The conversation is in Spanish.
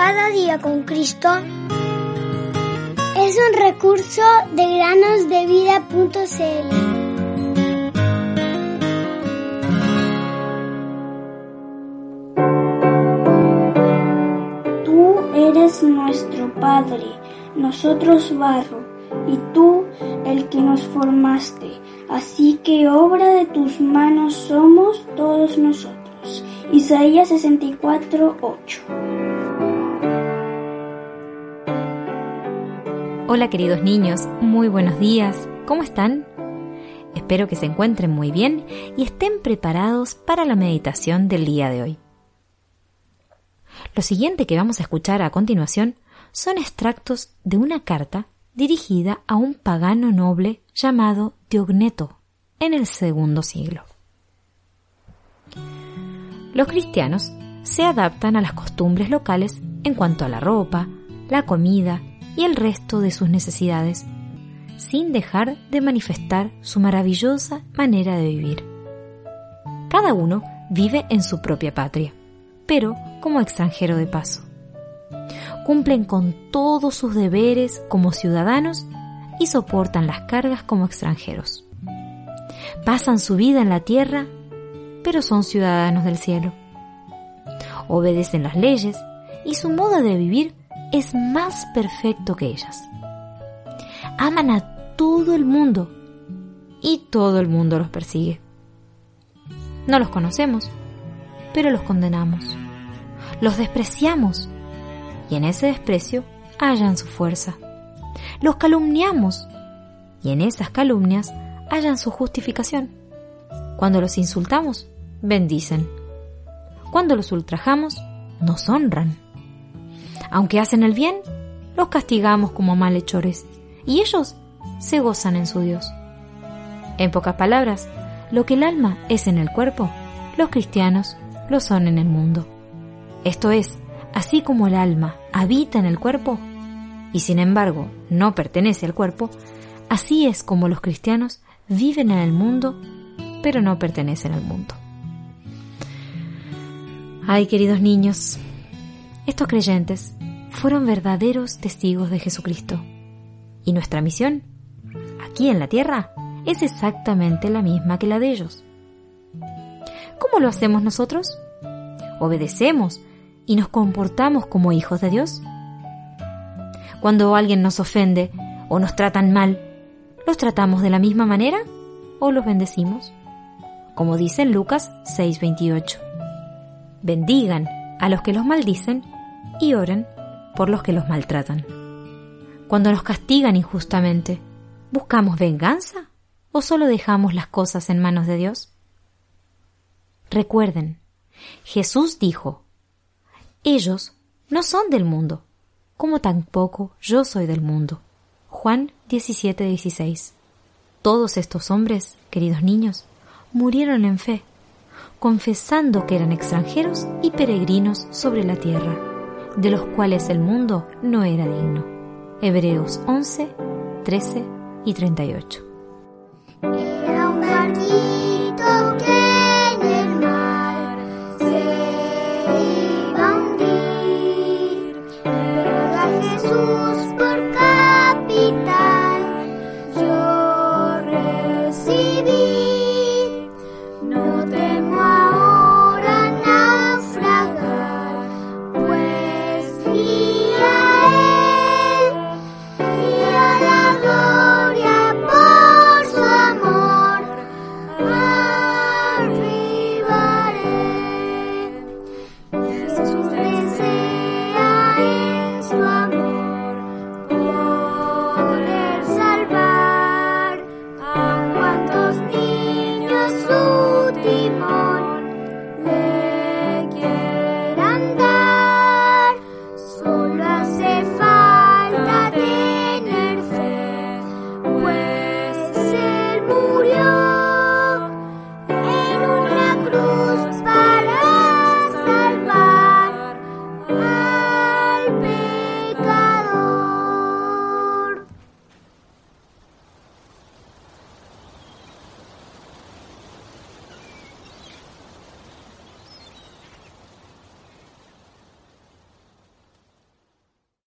Cada día con Cristo es un recurso de granosdevida.cl. Tú eres nuestro Padre, nosotros barro, y tú el que nos formaste. Así que obra de tus manos somos todos nosotros. Isaías 64:8. Hola queridos niños, muy buenos días, ¿cómo están? Espero que se encuentren muy bien y estén preparados para la meditación del día de hoy. Lo siguiente que vamos a escuchar a continuación son extractos de una carta dirigida a un pagano noble llamado Diogneto en el II siglo. Los cristianos se adaptan a las costumbres locales en cuanto a la ropa, la comida y el resto de sus necesidades, sin dejar de manifestar su maravillosa manera de vivir. Cada uno vive en su propia patria, pero como extranjero de paso. Cumplen con todos sus deberes como ciudadanos y soportan las cargas como extranjeros. Pasan su vida en la tierra, pero son ciudadanos del cielo. Obedecen las leyes y su modo de vivir es más perfecto que ellas. Aman a todo el mundo y todo el mundo los persigue. No los conocemos, pero los condenamos. Los despreciamos y en ese desprecio hallan su fuerza. Los calumniamos y en esas calumnias hallan su justificación. Cuando los insultamos, bendicen. Cuando los ultrajamos, nos honran. Aunque hacen el bien, los castigamos como malhechores y ellos se gozan en su Dios. En pocas palabras, lo que el alma es en el cuerpo, los cristianos lo son en el mundo. Esto es, así como el alma habita en el cuerpo y sin embargo no pertenece al cuerpo, así es como los cristianos viven en el mundo, pero no pertenecen al mundo. Ay, queridos niños, estos creyentes fueron verdaderos testigos de Jesucristo. Y nuestra misión, aquí en la tierra, es exactamente la misma que la de ellos. ¿Cómo lo hacemos nosotros? ¿Obedecemos y nos comportamos como hijos de Dios? Cuando alguien nos ofende o nos tratan mal, ¿los tratamos de la misma manera o los bendecimos? Como dice en Lucas 6:28. Bendigan a los que los maldicen y oren por los que los maltratan. Cuando nos castigan injustamente, ¿buscamos venganza o solo dejamos las cosas en manos de Dios? Recuerden, Jesús dijo: ellos no son del mundo, como tampoco yo soy del mundo. Juan 17:16. Todos estos hombres, queridos niños, murieron en fe, confesando que eran extranjeros y peregrinos sobre la tierra, de los cuales el mundo no era digno. Hebreos 11, 13 y 38.